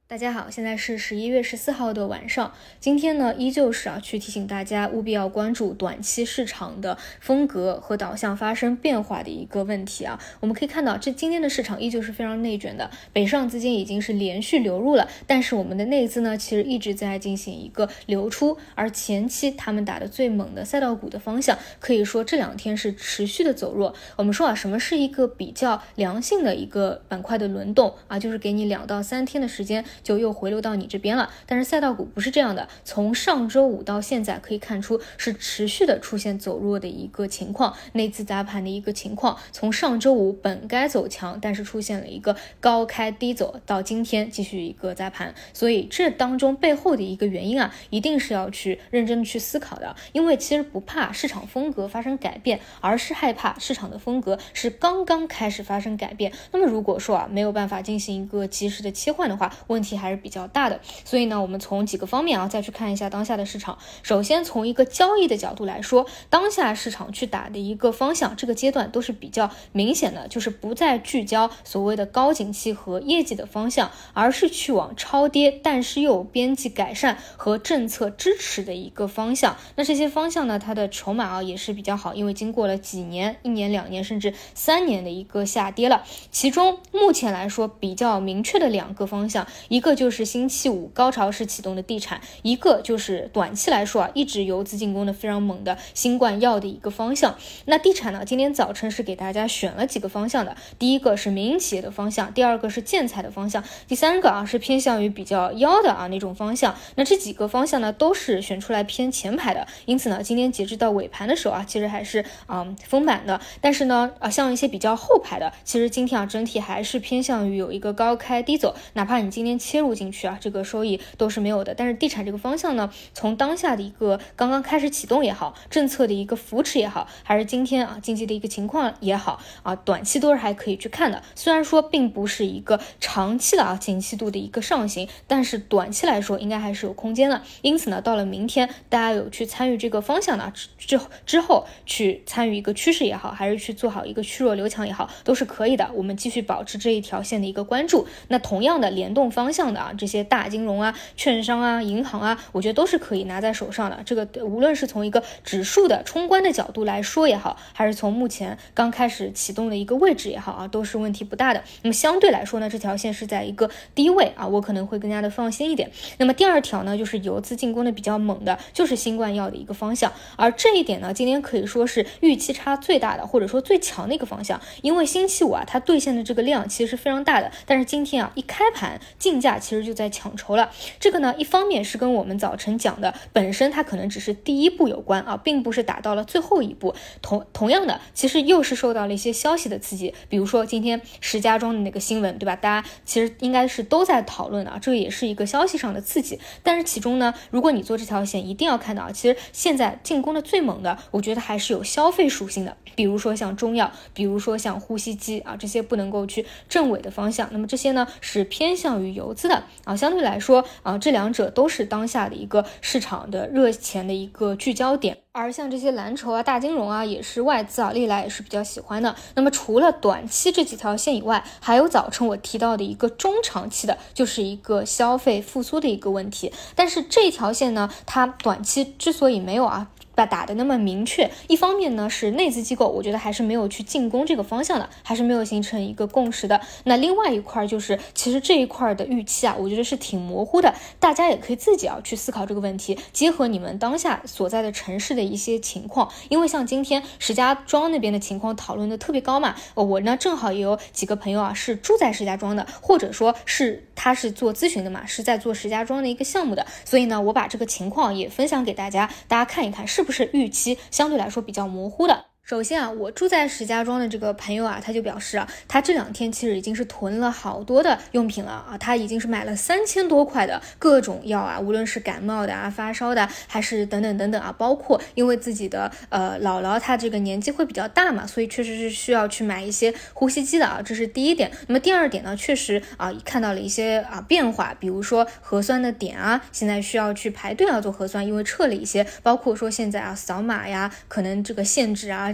大家好，现在是11月14号的晚上。今天呢，依旧是去提醒大家务必要关注短期市场的风格和导向发生变化的一个问题啊。我们可以看到，今天的市场依旧是非常内卷的，北上资金已经是连续流入了，但是我们的内资呢，其实一直在进行一个流出，而前期他们打的最猛的赛道股的方向，可以说这两天是持续的走弱。我们说什么是一个比较良性的一个板块的轮动啊，就是给你2到3天的时间。就又回流到你这边了，但是赛道股不是这样的，从上周五到现在可以看出是持续的出现走弱的一个情况，内资砸盘的一个情况。从上周五本该走强，但是出现了一个高开低走，到今天继续一个砸盘，所以这当中背后的一个原因一定是要去认真的去思考的。因为其实不怕市场风格发生改变，而是害怕市场的风格是刚刚开始发生改变。那么如果说没有办法进行一个及时的切换的话，问题还是比较大的。所以呢，我们从几个方面再去看一下当下的市场。首先从一个交易的角度来说，当下市场去打的一个方向，这个阶段都是比较明显的，就是不再聚焦所谓的高景气和业绩的方向，而是去往超跌但是又有边际改善和政策支持的一个方向。那这些方向呢，它的筹码也是比较好，因为经过了几年，1年2年甚至3年的一个下跌了。其中目前来说比较明确的2个方向，一个就是星期五高潮式启动的地产，一个就是短期来说一直游资进攻的非常猛的新冠药的一个方向。那地产呢，今天早晨是给大家选了几个方向的，第一个是民营企业的方向，第二个是建材的方向，第三个是偏向于比较妖的那种方向。那这几个方向呢，都是选出来偏前排的，因此呢，今天截止到尾盘的时候其实还是封板的。但是呢像一些比较后排的，其实今天整体还是偏向于有一个高开低走，哪怕你今天切入进去这个收益都是没有的。但是地产这个方向呢，从当下的一个刚刚开始启动也好，政策的一个扶持也好，还是今天经济的一个情况也好短期都是还可以去看的。虽然说并不是一个长期的景气度的一个上行，但是短期来说应该还是有空间的。因此呢，到了明天大家有去参与这个方向呢之后去参与一个趋势也好，还是去做好一个去弱留强也好，都是可以的。我们继续保持这一条线的一个关注。那同样的联动方向的这些大金融券商银行我觉得都是可以拿在手上的。这个无论是从一个指数的冲关的角度来说也好，还是从目前刚开始启动的一个位置也好都是问题不大的。那么相对来说呢，这条线是在一个低位我可能会更加的放心一点。那么第二条呢，就是游资进攻的比较猛的，就是新冠药的一个方向。而这一点呢，今天可以说是预期差最大的，或者说最强的一个方向。因为星期五它兑现的这个量其实是非常大的，但是今天一开盘竞价其实就在抢筹了。这个呢，一方面是跟我们早晨讲的本身它可能只是第一步有关并不是打到了最后一步。同样的，其实又是受到了一些消息的刺激，比如说今天石家庄的那个新闻，对吧？大家其实应该是都在讨论的这个也是一个消息上的刺激。但是其中呢，如果你做这条线，一定要看到其实现在进攻的最猛的，我觉得还是有消费属性的，比如说像中药，比如说像呼吸机这些不能够去正尾的方向。那么这些呢是偏向于游资的相对来说这两者都是当下的一个市场的热钱的一个聚焦点。而像这些蓝筹大金融也是外资历来也是比较喜欢的。那么除了短期这几条线以外，还有早晨我提到的一个中长期的，就是一个消费复苏的一个问题。但是这条线呢，它短期之所以没有打的那么明确，一方面呢是内资机构我觉得还是没有去进攻这个方向的，还是没有形成一个共识的。那另外一块就是其实这一块的预期我觉得是挺模糊的，大家也可以自己去思考这个问题，结合你们当下所在的城市的一些情况。因为像今天石家庄那边的情况讨论的特别高嘛，我呢正好也有几个朋友是住在石家庄的，或者说是他是做咨询的嘛，是在做石家庄的一个项目的，所以呢我把这个情况也分享给大家看一看是不是预期相对来说比较模糊的。首先我住在石家庄的这个朋友他就表示他这2天其实已经是囤了好多的用品了他已经是买了3000多块的各种药无论是感冒的发烧的，还是等等等等包括因为自己的姥姥她这个年纪会比较大嘛，所以确实是需要去买一些呼吸机的这是第一点。那么第二点呢，确实看到了一些变化，比如说核酸的点现在需要去排队做核酸，因为撤了一些，包括说现在扫码呀，可能这个限制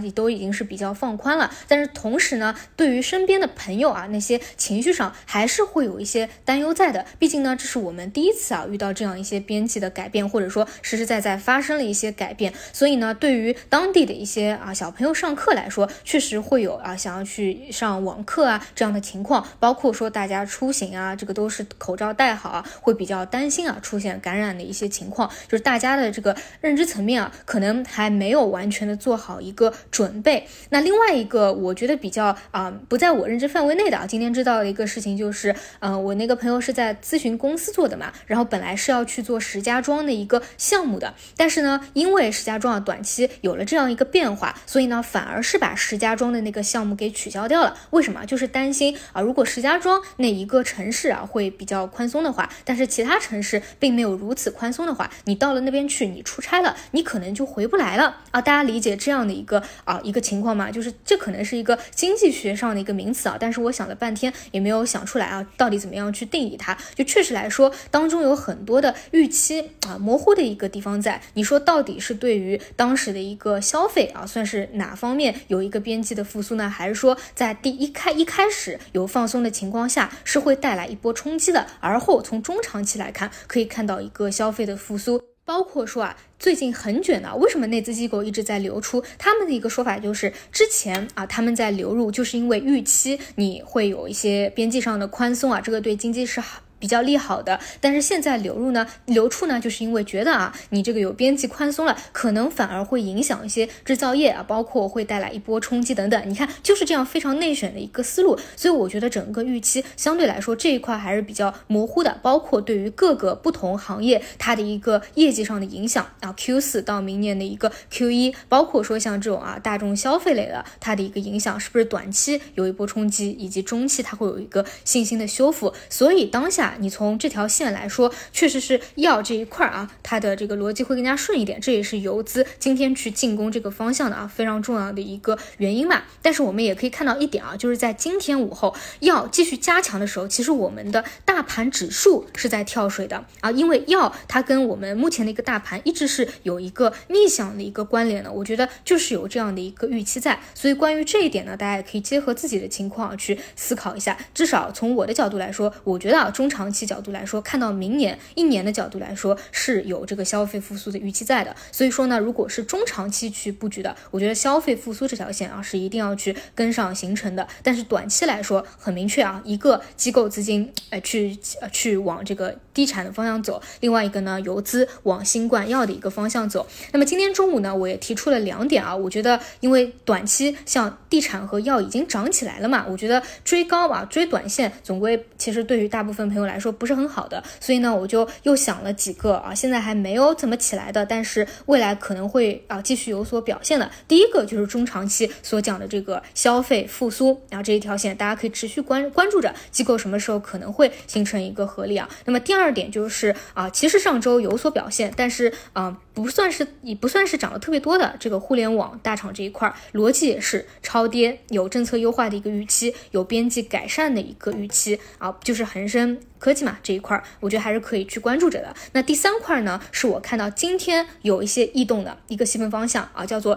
都已经是比较放宽了，但是同时呢，对于身边的朋友那些情绪上还是会有一些担忧在的。毕竟呢，这是我们第一次遇到这样一些边际的改变，或者说实实在在发生了一些改变，所以呢，对于当地的一些小朋友上课来说，确实会有想要去上网课这样的情况，包括说大家出行这个都是口罩戴好会比较担心出现感染的一些情况，就是大家的这个认知层面可能还没有完全的做好一个准备。那另外一个我觉得比较不在我认知范围内的今天知道的一个事情就是我那个朋友是在咨询公司做的嘛，然后本来是要去做石家庄的一个项目的，但是呢，因为石家庄短期有了这样一个变化，所以呢，反而是把石家庄的那个项目给取消掉了。为什么？就是担心如果石家庄那一个城市会比较宽松的话，但是其他城市并没有如此宽松的话，你到了那边去，你出差了，你可能就回不来了大家理解这样的一个情况吗？就是这可能是一个经济学上的一个名词但是我想了半天也没有想出来到底怎么样去定义它。就确实来说，当中有很多的预期模糊的一个地方在。你说到底是对于当时的一个消费算是哪方面有一个边际的复苏呢？还是说在一开始有放松的情况下是会带来一波冲击的，而后从中长期来看可以看到一个消费的复苏。包括说最近很卷为什么内资机构一直在流出？他们的一个说法就是之前他们在流入就是因为预期你会有一些边际上的宽松这个对经济是比较利好的，但是现在流出呢，就是因为觉得你这个有边际宽松了，可能反而会影响一些制造业包括会带来一波冲击等等。你看就是这样非常内选的一个思路，所以我觉得整个预期相对来说这一块还是比较模糊的，包括对于各个不同行业它的一个业绩上的影响Q4 到明年的一个 Q1， 包括说像这种大众消费类的它的一个影响是不是短期有一波冲击，以及中期它会有一个信心的修复。所以当下你从这条线来说，确实是药这一块它的这个逻辑会更加顺一点，这也是游资今天去进攻这个方向的非常重要的一个原因嘛。但是我们也可以看到一点就是在今天午后药继续加强的时候，其实我们的大盘指数是在跳水的因为药它跟我们目前的一个大盘一直是有一个逆向的一个关联的，我觉得就是有这样的一个预期在。所以关于这一点呢，大家也可以结合自己的情况去思考一下。至少从我的角度来说，我觉得中长期角度来说，看到明年一年的角度来说是有这个消费复苏的预期在的。所以说呢，如果是中长期去布局的，我觉得消费复苏这条线是一定要去跟上形成的。但是短期来说很明确一个机构资金去往这个地产的方向走，另外一个呢游资往新冠药的一个方向走。那么今天中午呢，我也提出了2点我觉得因为短期像地产和药已经涨起来了嘛，我觉得追高追短线总归其实对于大部分朋友来说不是很好的，所以呢我就又想了几个现在还没有怎么起来的，但是未来可能会继续有所表现的。第一个就是中长期所讲的这个消费复苏这一条线大家可以持续关注着机构什么时候可能会形成一个合力那么第二点就是其实上周有所表现，但是不算是涨得特别多的这个互联网大厂这一块，逻辑也是超跌，有政策优化的一个预期，有边际改善的一个预期就是恒生科技嘛这一块，我觉得还是可以去关注着的。那第3块呢，是我看到今天有一些异动的一个细分方向叫做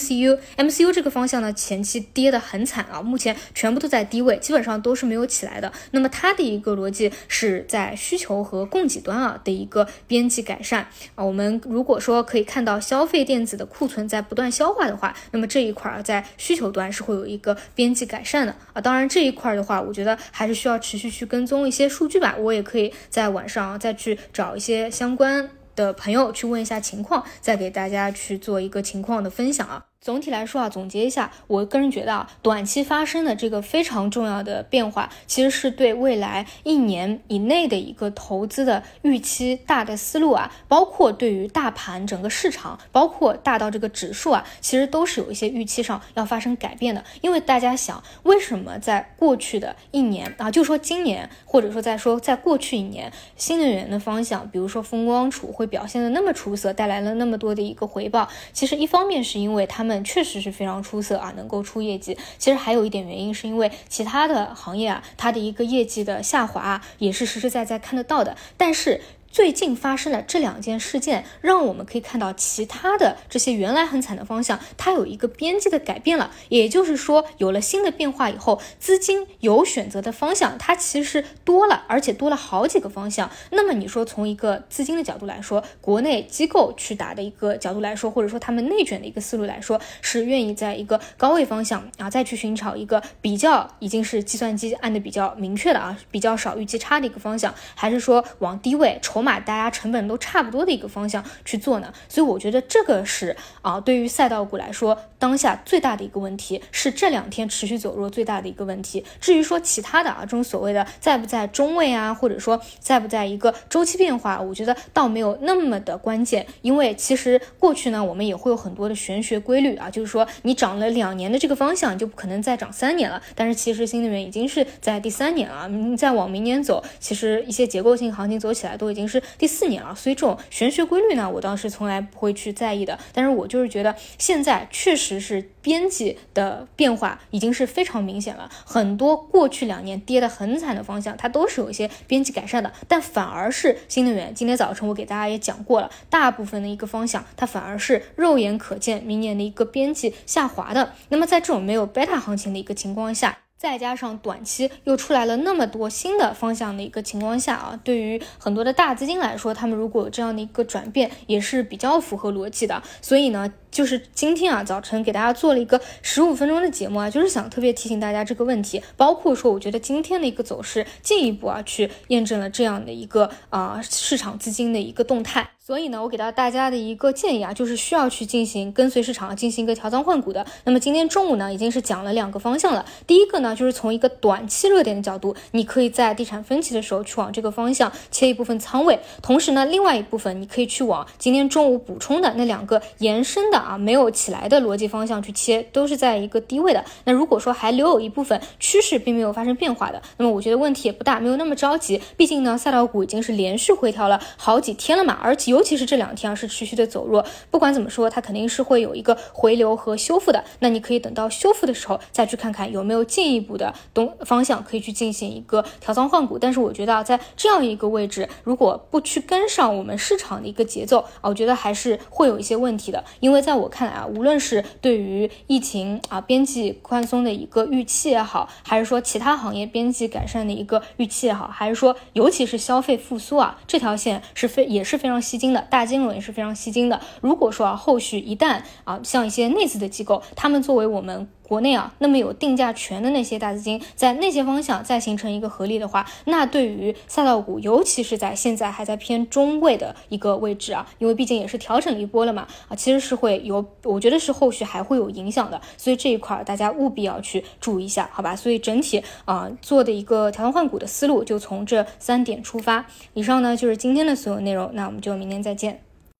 MCU 这个方向呢，前期跌得很惨目前全部都在低位，基本上都是没有起来的。那么它的一个逻辑是在需求和供给端的一个边际改善我们如果说可以看到消费电子的库存在不断消化的话，那么这一块在需求端是会有一个边际改善的当然这一块的话，我觉得还是需要持续去跟踪一些数据吧，我也可以在晚上再去找一些相关的朋友去问一下情况，再给大家去做一个情况的分享总体来说总结一下，我个人觉得短期发生的这个非常重要的变化，其实是对未来1年以内的一个投资的预期大的思路包括对于大盘整个市场，包括大到这个指数其实都是有一些预期上要发生改变的。因为大家想，为什么在过去的1年就说今年，或者说在过去1年，新能源的方向，比如说风光储会表现的那么出色，带来了那么多的一个回报，其实一方面是因为他们确实是非常出色能够出业绩，其实还有一点原因是因为其他的行业它的一个业绩的下滑也是实实在在看得到的。但是最近发生的这2件事件，让我们可以看到其他的这些原来很惨的方向，它有一个边际的改变了。也就是说，有了新的变化以后，资金有选择的方向，它其实多了，而且多了好几个方向。那么你说从一个资金的角度来说，国内机构去打的一个角度来说，或者说他们内卷的一个思路来说，是愿意在一个高位方向再去寻找一个比较已经是计算机按的比较明确的比较少预期差的一个方向，还是说往低位筹码大家成本都差不多的一个方向去做呢？所以我觉得这个是对于赛道股来说当下最大的一个问题，是这2天持续走弱最大的一个问题。至于说其他的这种所谓的在不在中位或者说在不在一个周期变化，我觉得倒没有那么的关键。因为其实过去呢，我们也会有很多的玄学规律就是说你涨了2年的这个方向，就不可能再涨3年了。但是其实新能源已经是在第3年了，再往明年走，其实一些结构性行情走起来都已经是第4年了。所以这种玄学规律呢，我倒是从来不会去在意的。但是我就是觉得现在确实是边际的变化已经是非常明显了，很多过去2年跌得很惨的方向，它都是有一些边际改善的，但反而是新能源，今天早晨我给大家也讲过了，大部分的一个方向它反而是肉眼可见明年的一个边际下滑的。那么在这种没有贝塔行情的一个情况下，再加上短期又出来了那么多新的方向的一个情况下对于很多的大资金来说，他们如果有这样的一个转变，也是比较符合逻辑的。所以呢，就是今天早晨给大家做了一个15分钟的节目就是想特别提醒大家这个问题，包括说我觉得今天的一个走势进一步去验证了这样的一个市场资金的一个动态。所以呢，我给到大家的一个建议就是需要去进行跟随市场进行一个调仓换股的。那么今天中午呢，已经是讲了2个方向了。第一个呢，就是从一个短期热点的角度，你可以在地产分歧的时候去往这个方向切一部分仓位，同时呢，另外一部分你可以去往今天中午补充的那2个延伸的没有起来的逻辑方向去切，都是在一个低位的。那如果说还留有一部分趋势并没有发生变化的，那么我觉得问题也不大，没有那么着急。毕竟呢，赛道股已经是连续回调了好几天了嘛，而且尤其是这2天是持续的走弱，不管怎么说它肯定是会有一个回流和修复的。那你可以等到修复的时候再去看看有没有进一步的方向可以去进行一个调仓换股。但是我觉得在这样一个位置，如果不去跟上我们市场的一个节奏我觉得还是会有一些问题的。因为在我看来无论是对于疫情边际宽松的一个预期也好，还是说其他行业边际改善的一个预期也好，还是说尤其是消费复苏这条线也是非常吸睛的，大金融也是非常吸睛的。如果说后续一旦像一些内资的机构，他们作为我们国内那么有定价权的那些大资金，在那些方向再形成一个合力的话，那对于赛道股，尤其是在现在还在偏中位的一个位置因为毕竟也是调整了一波了嘛其实是会有，我觉得是后续还会有影响的。所以这一块大家务必要去注意一下，好吧？所以整体做的一个调仓换股的思路就从这3点出发。以上呢就是今天的所有内容，那我们就明天再见。